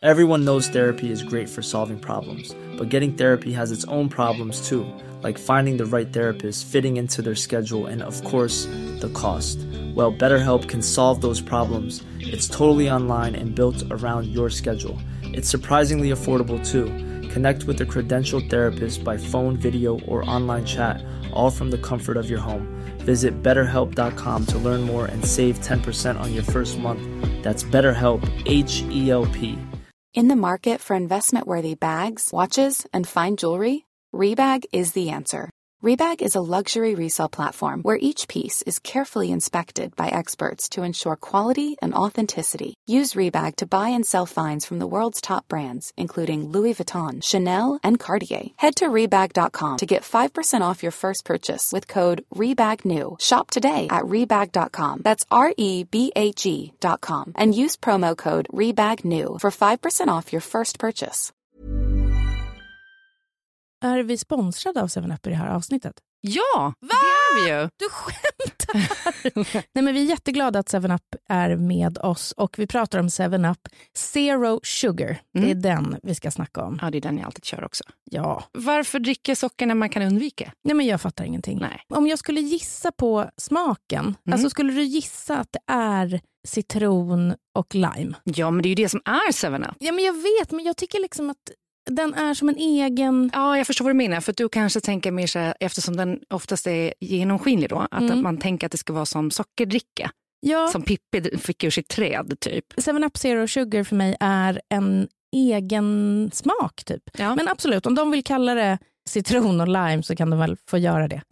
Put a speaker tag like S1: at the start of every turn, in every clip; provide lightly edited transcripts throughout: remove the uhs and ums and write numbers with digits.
S1: Everyone knows therapy is great for solving problems, but getting therapy has its own problems too, like finding the right therapist, fitting into their schedule, and of course, the cost. Well, BetterHelp can solve those problems. It's totally online and built around your schedule. It's surprisingly affordable too. Connect with a credentialed therapist by phone, video, or online chat, all from the comfort of your home. Visit BetterHelp.com to learn more and save 10% on your first month. That's BetterHelp, H-E-L-P.
S2: In the market for investment-worthy bags, watches, and fine jewelry, Rebag is the answer. Rebag is a luxury resale platform where each piece is carefully inspected by experts to ensure quality and authenticity. Use Rebag to buy and sell finds from the world's top brands, including Louis Vuitton, Chanel, and Cartier. Head to Rebag.com to get 5% off your first purchase with code REBAGNEW. Shop today at Rebag.com. That's REBAG.com. And use promo code REBAGNEW for 5% off your first purchase.
S3: Är vi sponsrade av 7up i det här avsnittet?
S4: Ja, det är vi ju.
S3: Du skämtar! Nej, men vi är jätteglada att 7up är med oss och vi pratar om 7up Zero Sugar. Det är den vi ska snacka om.
S4: Ja, det är den jag alltid kör också.
S3: Ja.
S4: Varför dricka socker när man kan undvika?
S3: Nej, men jag fattar ingenting.
S4: Nej.
S3: Om jag skulle gissa på smaken, alltså skulle du gissa att det är citron och lime?
S4: Ja, men det är ju det som är 7up.
S3: Ja, men jag vet, men jag tycker liksom att den är som en egen...
S4: Ja, jag förstår vad du menar. För att du kanske tänker mer så här, eftersom den oftast är genomskinlig då, att man tänker att det ska vara som sockerdricka.
S3: Ja.
S4: Som Pippi fick ur sitt träd typ.
S3: 7up Zero Sugar för mig är en egen smak typ.
S4: Ja.
S3: Men absolut, om de vill kalla det citron och lime så kan de väl få göra det.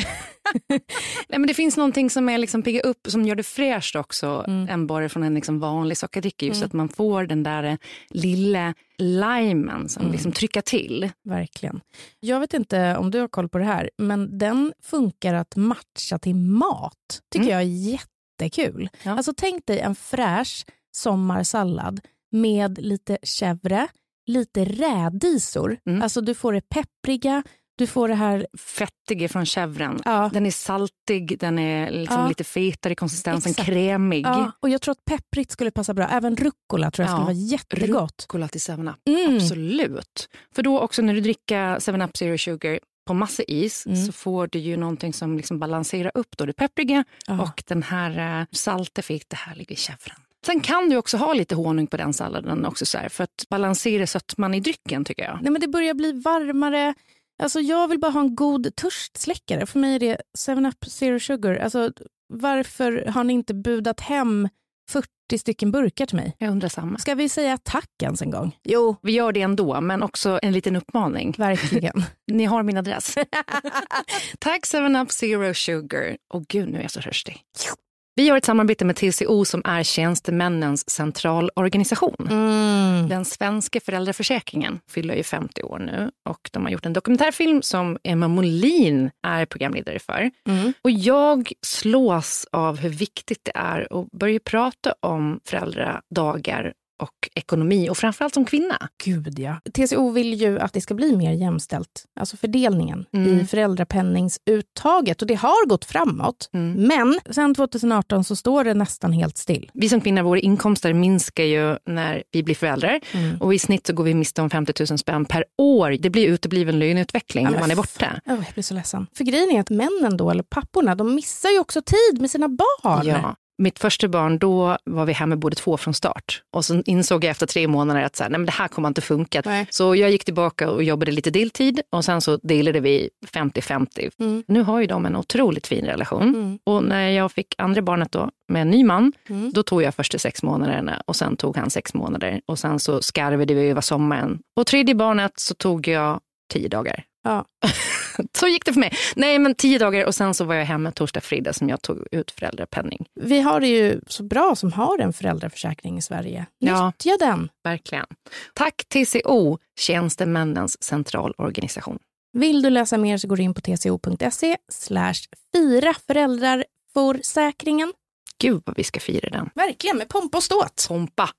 S4: Nej, men det finns någonting som är liksom pigga upp, som gör det fräscht också än bara från en liksom vanlig sockerdricka. Just att man får den där lilla limen som liksom trycker till.
S3: Verkligen. Jag vet inte om du har koll på det här, men den funkar att matcha till mat. Tycker jag är jättekul.
S4: Ja.
S3: Alltså tänk dig en fräsch sommarsallad med lite chèvre, lite rädisor. Alltså du får det peppriga, du får det här
S4: fettiga från chèvren.
S3: Ja.
S4: Den är saltig, den är liksom lite fetare i konsistensen, krämig.
S3: Ja, och jag tror att pepprigt skulle passa bra. Även rucola tror jag skulle vara jättegott.
S4: Rucola till 7up, absolut. För då också när du dricker 7up Zero Sugar på massa is så får du ju någonting som liksom balanserar upp då det peppriga och den här salteffekt, det här ligger i chèvren. Sen kan du också ha lite honung på den salladen också så här, för att balansera sötman i drycken tycker jag.
S3: Nej, men det börjar bli varmare. Alltså jag vill bara ha en god törstsläckare. För mig är det 7up Zero Sugar. Alltså varför har ni inte budat hem 40 stycken burkar till mig?
S4: Jag undrar samma.
S3: Ska vi säga tack ens en gång?
S4: Jo, vi gör det ändå, men också en liten uppmaning.
S3: Verkligen.
S4: Ni har min adress. Tack 7up Zero Sugar. Och gud, nu är jag så törstig. Vi har ett samarbete med TCO som är tjänstemännens centralorganisation. Den svenska föräldraförsäkringen fyller ju 50 år nu och de har gjort en dokumentärfilm som Emma Molin är programledare för. Och jag slås av hur viktigt det är att börja prata om föräldradagar och ekonomi och framförallt som kvinna.
S3: Gud ja. TCO vill ju att det ska bli mer jämställt. Alltså fördelningen i föräldrapenningsuttaget. Och det har gått framåt. Men sen 2018 så står det nästan helt still.
S4: Vi som kvinnor, våra inkomster minskar ju när vi blir föräldrar. Och i snitt så går vi miste om 50 000 spänn per år. Det blir utebliven löneutveckling när man är borta.
S3: Jag blir så ledsen. För grejen är att männen då, eller papporna, de missar ju också tid med sina barn.
S4: Ja. Mitt första barn, då var vi hemma båda två från start. Och så insåg jag efter 3 månader att så här, nej, men det här kommer inte funka.
S3: Nej.
S4: Så jag gick tillbaka och jobbade lite deltid. Och sen så delade vi 50-50. Nu har ju de en otroligt fin relation. Och när jag fick andra barnet då med en ny man, då tog jag första 6 månaderna. Och sen tog han 6 månader. Och sen så skarvade vi över sommaren. Och 3:e barnet så tog jag 10 dagar.
S3: Ja.
S4: Så gick det för mig. Nej, men 10 dagar och sen så var jag hemma torsdag, fredag som jag tog ut föräldrapenning.
S3: Vi har det ju så bra som har en föräldraförsäkring i Sverige. Nyttja den.
S4: Verkligen. Tack TCO, tjänstemännens centralorganisation.
S3: Vill du läsa mer så går du in på tco.se/fira föräldraförsäkringen.
S4: Gud vad vi ska fira den.
S3: Verkligen, med pompa och ståt.
S4: Pompa.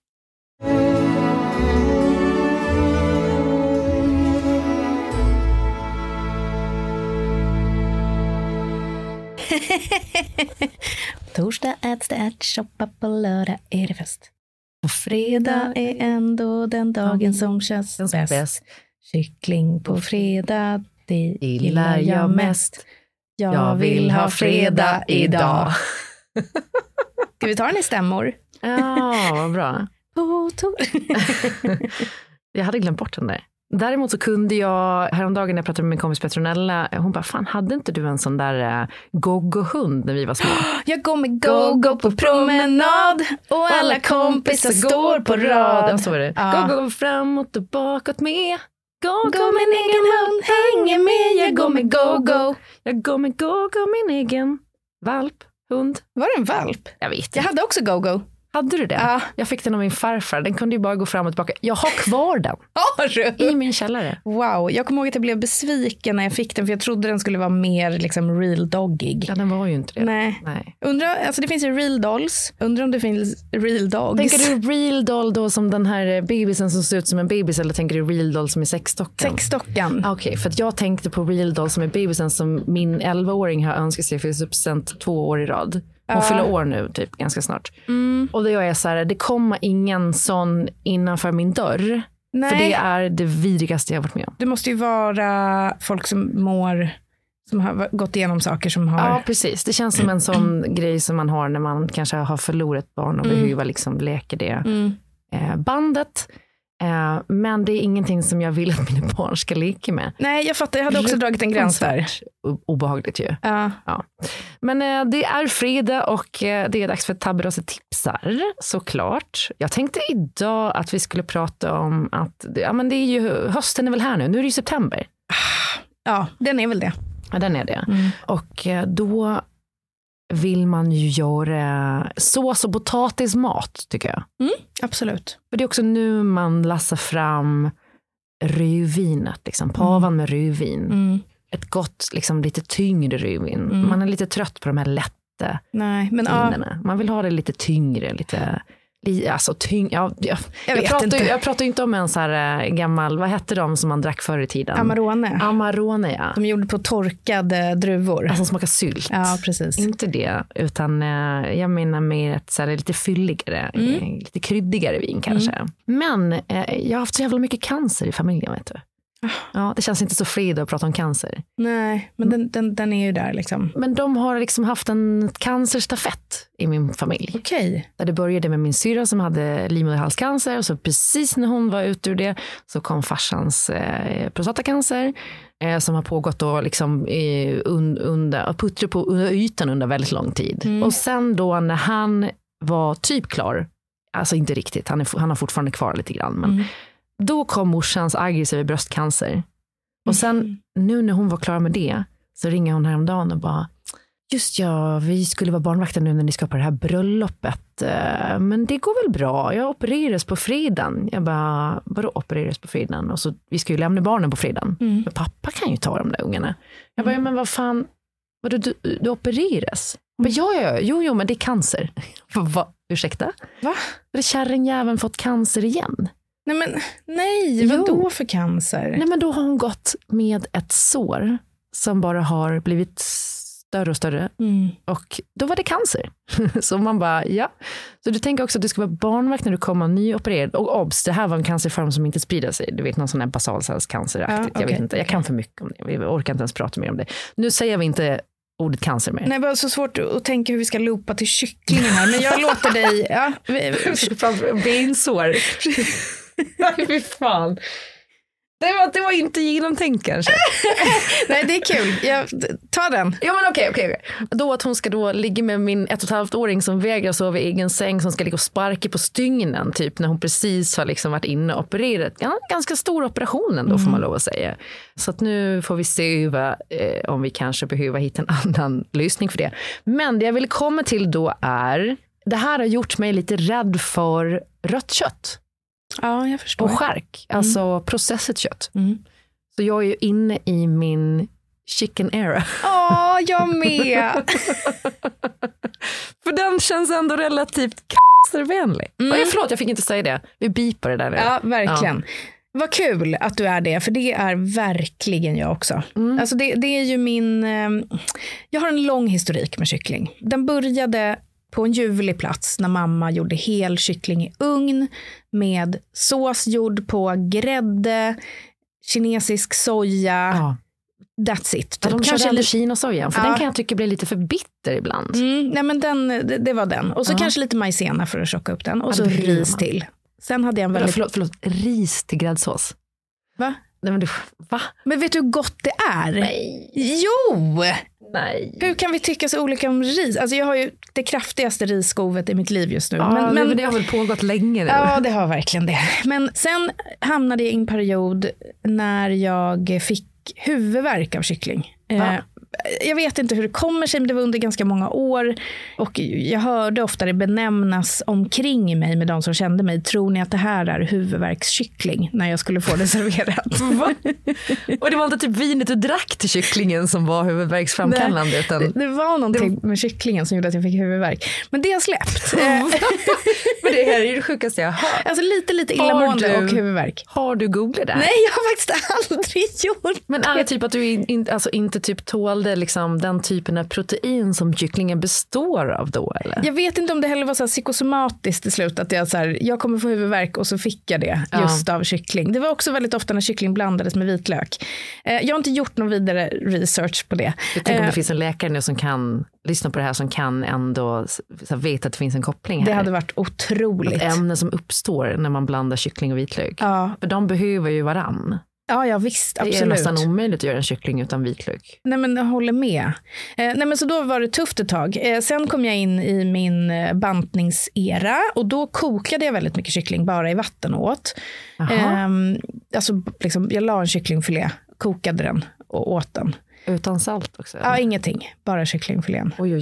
S3: Torsdag äts det ärtsoppa, på lördag är det fest. På fredag är ändå den dagen som känns bäst. Kyckling på fredag, det gillar jag mest. Jag vill ha fredag idag. Ska vi ta den i stämmor?
S4: Ja, vad bra. Jag hade glömt bort den där. Däremot så kunde jag, häromdagen när jag pratade med min kompis Petronella, hon bara, fan hade inte du en sån där go-go-hund när vi var små?
S3: Jag går med go-go på promenad och alla kompisar står på rad.
S4: Ja, så var det. Go-go framåt och bakåt med.
S3: Go-go min egen hund hänger med. Jag går med go-go.
S4: Jag går med go-go min egen valp, hund.
S3: Var det en valp?
S4: Jag vet inte.
S3: Jag hade också go-go.
S4: Hade du det?
S3: Ja.
S4: Jag fick den av min farfar. Den kunde ju bara gå fram och tillbaka. Jag har kvar den. I min källare.
S3: Wow, jag kommer ihåg att jag blev besviken när jag fick den. För jag trodde den skulle vara mer liksom real doggig.
S4: Ja, den var ju inte det.
S3: Nej. Undrar, alltså det finns ju real dolls. Undrar om det finns real dogs.
S4: Tänker du real doll då som den här bebisen som ser ut som en bebis? Eller tänker du real doll som är sexdockan?
S3: Sexdockan.
S4: Okej, för att jag tänkte på real doll som är bebisen som min 11-åring har önskat sig för subsent 2 år i rad. Hon fyller år nu typ ganska snart. Och då är så här, det kommer ingen sån innanför min dörr. Nej. För det är det vidrigaste jag har varit med om.
S3: Det måste ju vara folk som har gått igenom saker som har...
S4: Ja, precis. Det känns som en sån grej som man har när man kanske har förlorat ett barn och behöver liksom leka det bandet. Men det är ingenting som jag vill att mina barn ska leka med.
S3: Nej, jag fattar. Jag hade också dragit en gräns där.
S4: Obehagligt ju. Ja. Men det är fredag och det är dags för Tabberåse tipsar, såklart. Jag tänkte idag att vi skulle prata om att men det är ju, hösten är väl här nu. Nu är det ju september.
S3: Ja, den är väl det.
S4: Ja, den är det. Och då vill man ju göra sås- och potatismat, tycker jag.
S3: Absolut.
S4: För det är också nu man lassar fram rödvinet, liksom, pavan med rödvin. Ett gott, liksom, lite tyngre rödvin. Man är lite trött på de här lätta vinerna. Man vill ha det lite tyngre, lite... Alltså jag pratar inte om en så här gammal, vad hette de som man drack förr i tiden? Amarone, ja.
S3: De gjorde på torkade druvor.
S4: Alltså smakar sylt.
S3: Ja, precis.
S4: Inte det, utan jag menar mer ett så här lite fylligare, lite kryddigare vin kanske. Men jag har haft så jävla mycket cancer i familjen, vet du. Ja, det känns inte så frid att prata om cancer.
S3: Nej, men den är ju där liksom.
S4: Men de har liksom haft en cancerstafett i min familj.
S3: Okej.
S4: Där det började med min syra som hade livmoderhalscancer, och så precis när hon var ute ur det så kom farsans prostatacancer som har pågått då liksom puttrar på under ytan under väldigt lång tid. Och sen då när han var typ klar, alltså inte riktigt, han har fortfarande kvar lite grann, men då kom morsans aggressiva bröstcancer. Och sen, nu när hon var klar med det, så ringer hon häromdagen och bara, just ja, vi skulle vara barnvakter nu när ni ska på det här bröllopet. Men det går väl bra, jag opereras på fredagen. Jag bara, vadå opereras på fredagen? Och så, vi ska ju lämna barnen på fredagen. Men pappa kan ju ta de där ungarna. Jag bara, men vad fan, vadå, du opereras? Men jo, men det är cancer. Ursäkta?
S3: Va?
S4: Har kärringjäveln fått cancer igen?
S3: Nej, vad då för cancer?
S4: Nej, men då har hon gått med ett sår som bara har blivit större och större. Och då var det cancer. Så man bara, ja. Så du tänker också att du ska vara barnvakt när du kommer nyopererad. Och obs, det här var en cancerform som inte sprider sig. Du vet, någon sån här basalcellscanceraktigt. Jag vet inte, jag kan för mycket om det. Vi orkar inte ens prata mer om det. Nu säger vi inte ordet cancer mer.
S3: Nej, det var så svårt att tänka hur vi ska loopa till kycklingen här. Men jag låter dig... Ja.
S4: Bensår. Fy fan. Det var inte genomtänkt kanske.
S3: Nej, det är kul. Ta den.
S4: Ja, men okej. Då att hon ska då ligga med min 1,5-åring som vägrar sova i egen säng, som ska ligga och sparka på stygnen typ när hon precis har liksom varit inne och opererat. Ja, ganska stor operation ändå, får man lov att säga. Så att nu får vi se om vi kanske behöver hitta en annan lösning för det. Men det jag vill komma till då är, det här har gjort mig lite rädd för rött kött.
S3: Ja, jag förstår.
S4: Och skärk, alltså processat kött. Så jag är ju inne i min chicken era.
S3: Jag med.
S4: För den känns ändå relativt cancervänlig. Förlåt, jag fick inte säga det. Vi bipar det där nu.
S3: Ja, verkligen. Ja. Vad kul att du är det, för det är verkligen jag också. Alltså det är ju jag har en lång historik med kyckling. Den började på en ljuvlig plats när mamma gjorde hel kyckling i ugn med sås gjord på grädde, kinesisk soja.
S4: Ja.
S3: That's it.
S4: Ja, de
S3: kanske
S4: körde Kina-sojan, för
S3: Ja.
S4: den kan jag tycka blir lite för bitter ibland.
S3: Nej, men det var den. Och så kanske lite majsena för att tjocka upp den. Och så
S4: det behöver
S3: ris
S4: man.
S3: till. Sen hade jag en väldigt...
S4: Förlåt, ris till gräddsås.
S3: Va?
S4: Nej, men va?
S3: Men vet du hur gott det är?
S4: Nej.
S3: Jo!
S4: Nej.
S3: Hur kan vi tycka så olika om ris? Alltså jag har ju det kraftigaste risskovet i mitt liv just nu.
S4: Ja, men det har väl pågått länge nu.
S3: Ja, det har verkligen det. Men sen hamnade jag i en period när jag fick huvudvärk av kyckling. Jag vet inte hur det kommer sig, men det var under ganska många år. Och jag hörde ofta det benämnas omkring mig med de som kände mig. Tror ni att det här är huvudvärkskyckling när jag skulle få det serverat?
S4: Va? Och det var inte typ vinet du drack till kycklingen som var huvudvärksframkallande.
S3: Nej,
S4: utan...
S3: det var någonting med kycklingen som gjorde att jag fick huvudvärk. Men det har släppt.
S4: Men det här är det sjukaste jag har hört.
S3: Alltså lite illamående och huvudvärk.
S4: Har du googlat det här?
S3: Nej, jag har faktiskt aldrig gjort.
S4: Men är det typ att du inte typ tålde liksom den typen av protein som kycklingen består av då, eller?
S3: Jag vet inte om det heller var så här psykosomatiskt i slut, att jag kommer få huvudvärk och så fick jag det just av kyckling. Det var också väldigt ofta när kyckling blandades med vitlök. Jag har inte gjort någon vidare research på det.
S4: Jag tänker om det finns en läkare nu som kan lyssna på det här, som kan ändå så veta att det finns en koppling här.
S3: Det hade varit otroligt.
S4: Ett ämne som uppstår när man blandar kyckling och vitlök.
S3: Ja.
S4: För de behöver ju varann.
S3: Ja, visst, absolut.
S4: Det är nästan omöjligt att göra en kyckling utan vitlök.
S3: Nej, men jag håller med. Nej, men så då var det tufft ett tag. Sen kom jag in i min bantningsera och då kokade jag väldigt mycket kyckling bara i vatten och åt. Alltså, liksom, jag la en kycklingfilé, kokade den och åt den.
S4: Utan salt också?
S3: Ja, ingenting. Bara kycklingfilén.
S4: Oj,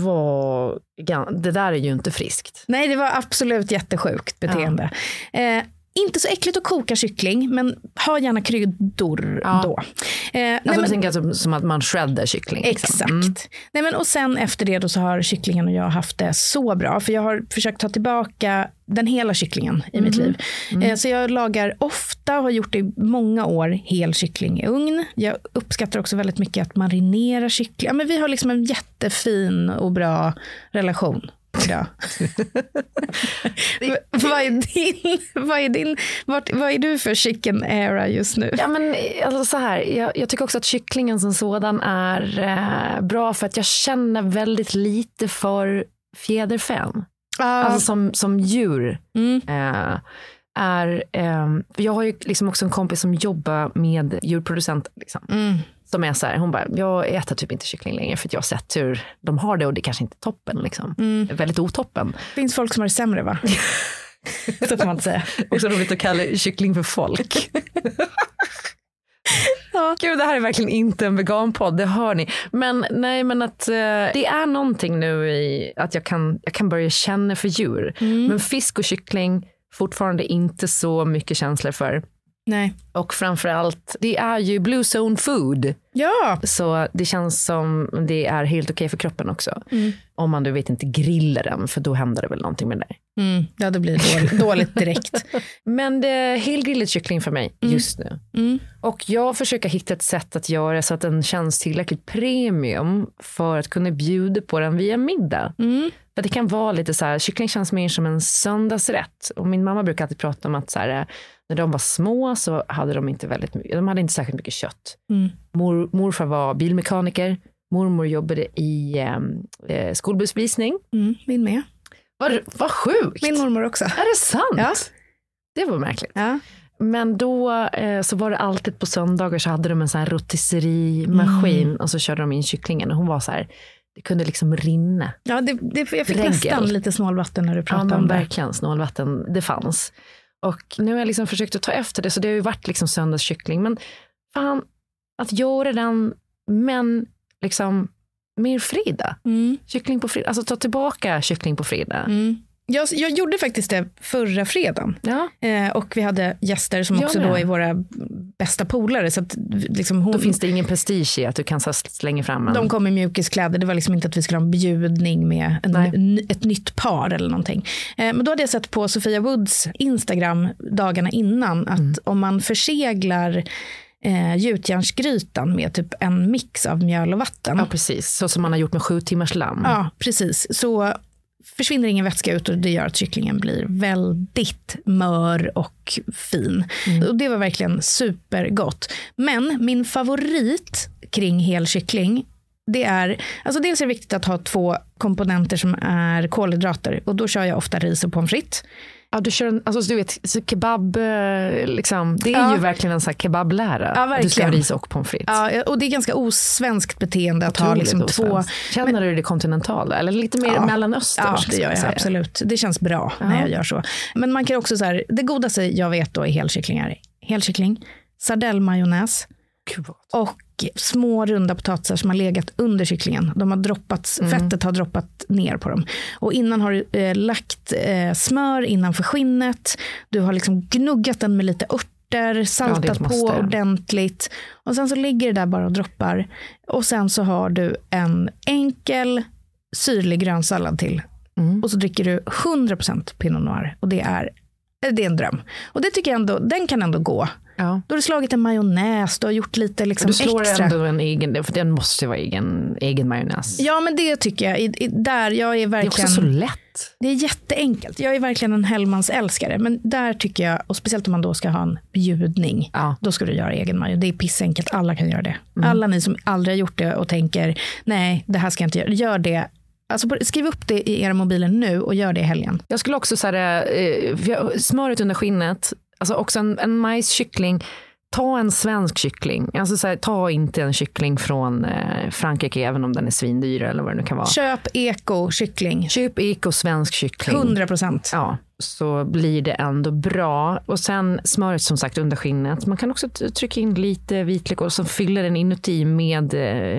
S4: det där är ju inte friskt.
S3: Nej, det var absolut jättesjukt beteende. Inte så äckligt att koka kyckling, men ha gärna kryddor då.
S4: Alltså du tänker alltså som att man shreddar kyckling? Liksom.
S3: Exakt. Nej, men, och sen efter det då så har kycklingen och jag haft det så bra. För jag har försökt ta tillbaka den hela kycklingen i mitt liv. Så jag lagar ofta och har gjort det i många år hel kyckling i ugn. Jag uppskattar också väldigt mycket att marinera kyckling. Ja, men vi har liksom en jättefin och bra relation. Vad är du för chicken era just nu?
S4: Ja, men alltså så här, jag tycker också att kycklingen som sådan är bra för att jag känner väldigt lite för fjäderfän. Alltså som djur jag har ju liksom också en kompis som jobbar med djurproducenter liksom. Som är så här, hon bara, jag äter typ inte kyckling längre för att jag har sett hur de har det och det kanske inte är toppen liksom. Väldigt otoppen.
S3: Det finns folk som har det sämre, va? Så får man inte säga.
S4: Också roligt att kalla kyckling för folk. Gud, det här är verkligen inte en veganpodd, det hör ni. Men nej, men att det är någonting nu i att jag kan börja känna för djur. Men fisk och kyckling fortfarande inte så mycket känslor för.
S3: Nej.
S4: Och framförallt, det är ju blue zone food.
S3: Ja.
S4: Så det känns som det är helt okej för kroppen också. Om man, du vet, inte grillar den, för då händer det väl någonting med det.
S3: Ja, det blir dåligt direkt.
S4: Men det är helgrillet kyckling för mig just nu. Och jag försöker hitta ett sätt att göra så att den känns tillräckligt premium för att kunna bjuda på den via middag. För det kan vara lite så här, kyckling känns mer som en söndagsrätt. Och min mamma brukar alltid prata om att så här, när de var små så hade de inte särskilt mycket kött. Morfar var bilmekaniker. Mormor jobbade i skolbussvisning.
S3: Min med.
S4: Vad sjukt.
S3: Min mormor också.
S4: Är det sant?
S3: Ja.
S4: Det var märkligt.
S3: Ja.
S4: Men då så var det alltid på söndagar så hade de en sån här rotisseriemaskin och så körde de in kycklingen och hon var så här, det kunde liksom rinna. Ja,
S3: jag fick nästan lite snålvatten när du pratade om det.
S4: Verkligen snålvatten, det fanns. Och nu har jag liksom försökt att ta efter det, så det har ju varit liksom söndagskyckling. Men fan, att göra den, men liksom mer fredag. Kyckling på fredag, alltså ta tillbaka kyckling på fredag.
S3: Jag gjorde faktiskt det förra fredagen.
S4: Ja.
S3: Och vi hade gäster som också då är våra bästa polare. Så att liksom
S4: då finns det ingen prestige i att du kan slänga fram en.
S3: De kom i mjukiskläder. Det var liksom inte att vi skulle ha en bjudning med ett nytt par eller någonting. Men då hade jag sett på Sofia Woods Instagram dagarna innan att om man förseglar gjutjärnsgrytan med typ en mix av mjöl och vatten.
S4: Ja, precis. Så som man har gjort med 7 timmars lamm.
S3: Ja, precis. Så försvinner ingen vätska ut och det gör att kycklingen blir väldigt mör och fin. Och det var verkligen supergott. Men min favorit kring hel kyckling, det är, alltså dels är det viktigt att ha 2 komponenter som är kolhydrater. Och då kör jag ofta ris och pommes frites.
S4: Ja, du kör alltså du vet, kebab, liksom, det är ju verkligen en sån här kebablära.
S3: Ja, verkligen.
S4: Du ska ha ris och pommes frites.
S3: Ja, och det är ganska osvenskt beteende att ha liksom 2.
S4: Känner du det kontinentala eller lite mer mellanöstern?
S3: Ja, det gör jag absolut. Det känns bra när jag gör så. Men man kan också så här, det godaste jag vet då är helkyckling, sardellmajonnäs och små runda potatisar som har legat under kycklingen. De har droppats, fettet har droppat ner på dem. Och innan har du lagt smör innanför skinnet. Du har liksom gnuggat den med lite örter, saltat på ordentligt. Och sen så ligger det där bara och droppar. Och sen så har du en enkel syrlig grönsallad till. Och så dricker du 100% Pinot Noir. Och det är en dröm. Och det tycker jag ändå, den kan ändå gå. Ja. Då har du slagit en majonnäs, du har gjort lite liksom extra. Du slår ändå en
S4: egen, för den måste ju vara egen majonnäs.
S3: Ja, men det tycker jag. Där jag är verkligen,
S4: det är också så lätt.
S3: Det är jätteenkelt. Jag är verkligen en Hellmans älskare. Men där tycker jag, och speciellt om man då ska ha en bjudning, då ska du göra egen majonnäs. Det är pissenkelt, alla kan göra det. Alla ni som aldrig har gjort det och tänker, nej, det här ska jag inte göra. Gör det. Alltså skriv upp det i era mobiler nu och gör det i helgen.
S4: Jag skulle också säga smöret under skinnet. Alltså också en majskyckling. Ta en svensk kyckling. Alltså så här, ta inte en kyckling från Frankrike även om den är svindyr eller vad det nu kan vara.
S3: Köp eko-kyckling.
S4: Köp eko-svensk kyckling.
S3: 100%.
S4: Ja, så blir det ändå bra. Och sen smöret som sagt under skinnet. Man kan också trycka in lite vitlök och så fyller den inuti med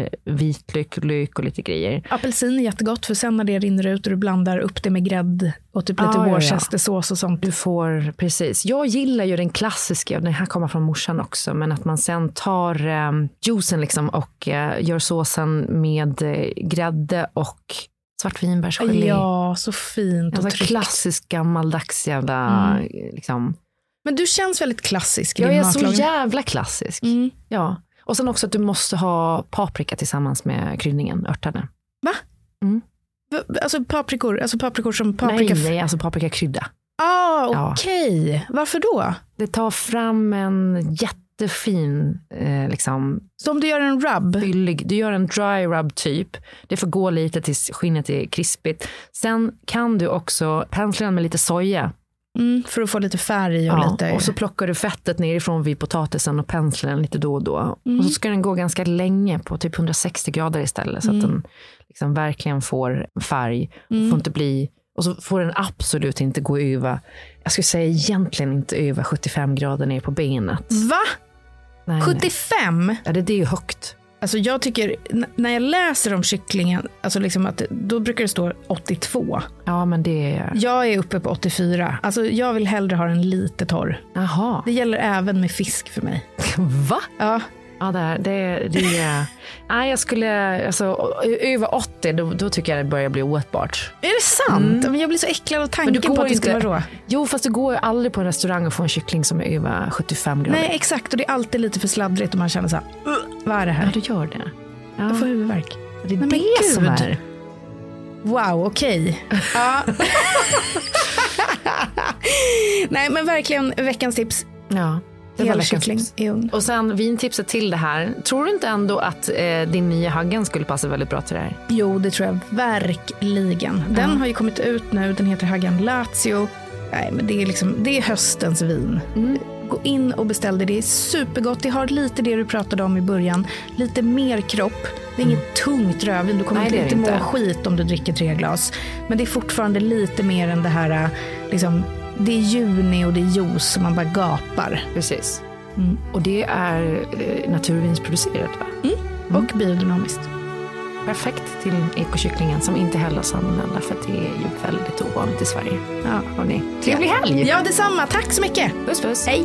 S4: vitlök, lök och lite grejer.
S3: Apelsin är jättegott för sen när det rinner ut och du blandar upp det med grädd och typ lite worcestersås och sånt.
S4: Du får, precis. Jag gillar ju den klassiska, och den här kommer från morsan också, men att man sen tar juicen liksom och gör såsen med grädde och svartvinbärsgelé.
S3: Ja, så fint.
S4: Alltså klassisk gammaldags jävla liksom.
S3: Men du känns väldigt klassisk.
S4: Jag är så jävla klassisk. Ja. Och sen också att du måste ha paprika tillsammans med kryddningen, örtarna.
S3: Va? Alltså paprikor som paprika.
S4: Nej, alltså paprikakrydda.
S3: Okej. Varför då?
S4: Det tar fram en jättefin liksom.
S3: Så om du gör en rub?
S4: Fyllig, du gör en dry rub typ. Det får gå lite tills skinnet är krispigt. Sen kan du också pensla den med lite soja.
S3: För att få lite färg och lite.
S4: Och så plockar du fettet nerifrån vid potatisen och penslar den lite då och då. Och så ska den gå ganska länge på typ 160 grader istället. Så att den liksom verkligen får färg. Och får inte bli, och så får den absolut inte gå över, jag skulle säga egentligen inte över 75 grader ner på benet.
S3: Va?
S4: Nej,
S3: 75?
S4: Nej. Ja, det är ju högt.
S3: Alltså jag tycker, när jag läser om kycklingen, alltså liksom att då brukar det stå 82.
S4: Ja, men det är... Jag
S3: är uppe på 84. Alltså jag vill hellre ha den lite torr.
S4: Jaha.
S3: Det gäller även med fisk för mig.
S4: Va?
S3: Ja.
S4: Ja, det är... Nej, jag skulle... Alltså, över 80, då tycker jag det börjar bli oätbart.
S3: Är det sant? Men jag blir så äcklad av tanken på att det ska vara rå.
S4: Jo, fast du går ju aldrig på en restaurang och får en kyckling som är över 75 grader.
S3: Nej, exakt. Och det är alltid lite för sladdrigt och man känner så här, vad är det här?
S4: Ja, du gör det. Ja.
S3: Jag får huvudvärk.
S4: Det är det som är...
S3: Wow, okej. Ja. Nej, men verkligen veckans tips.
S4: Ja.
S3: Helkyckling i ugn.
S4: Och sen vintipset till det här. Tror du inte ändå att din nya Haggen skulle passa väldigt bra till det här?
S3: Jo, det tror jag verkligen. Den har ju kommit ut nu. Den heter Haggen Lazio. Nej, men det är höstens vin. Gå in och beställ det. Det är supergott. Det har lite det du pratade om i början. Lite mer kropp. Det är inget tungt rödvin. Du kommer inte må skit om du dricker 3 glas. Men det är fortfarande lite mer än det här liksom. Det är juni och det är juice som man bara gapar.
S4: Precis. Och det är naturvinsproducerat, va?
S3: Och biodynamiskt.
S4: Perfekt till ekokycklingen som inte heller salmonella, för det är ju väldigt ovanligt i Sverige.
S3: Ja.
S4: Hörrni. Trevlig helg!
S3: Ja, detsamma. Tack så mycket.
S4: Puss, puss.
S3: Hej.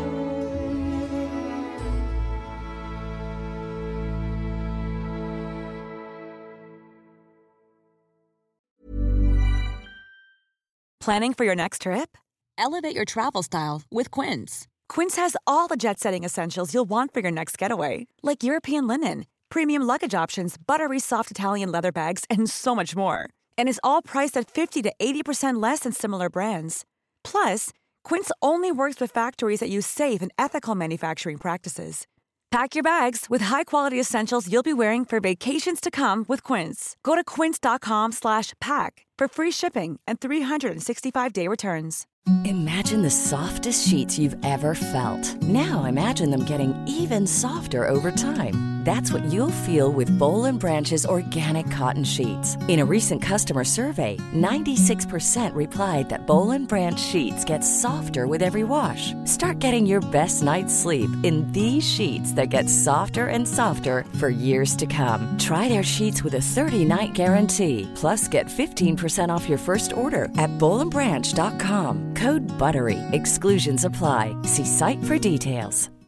S5: Planning for your next trip? Elevate your travel style with Quince. Quince has all the jet-setting essentials you'll want for your next getaway, like European linen, premium luggage options, buttery soft Italian leather bags, and so much more. And is all priced at 50 to 80% less than similar brands. Plus, Quince only works with factories that use safe and ethical manufacturing practices. Pack your bags with high-quality essentials you'll be wearing for vacations to come with Quince. Go to quince.com/pack for free shipping and 365-day returns.
S6: Imagine the softest sheets you've ever felt. Now imagine them getting even softer over time. That's what you'll feel with Boll & Branch's organic cotton sheets. In a recent customer survey, 96% replied that Boll & Branch sheets get softer with every wash. Start getting your best night's sleep in these sheets that get softer and softer for years to come. Try their sheets with a 30-night guarantee. Plus, get 15% off your first order at bollandbranch.com. Code BUTTERY. Exclusions apply. See site for details.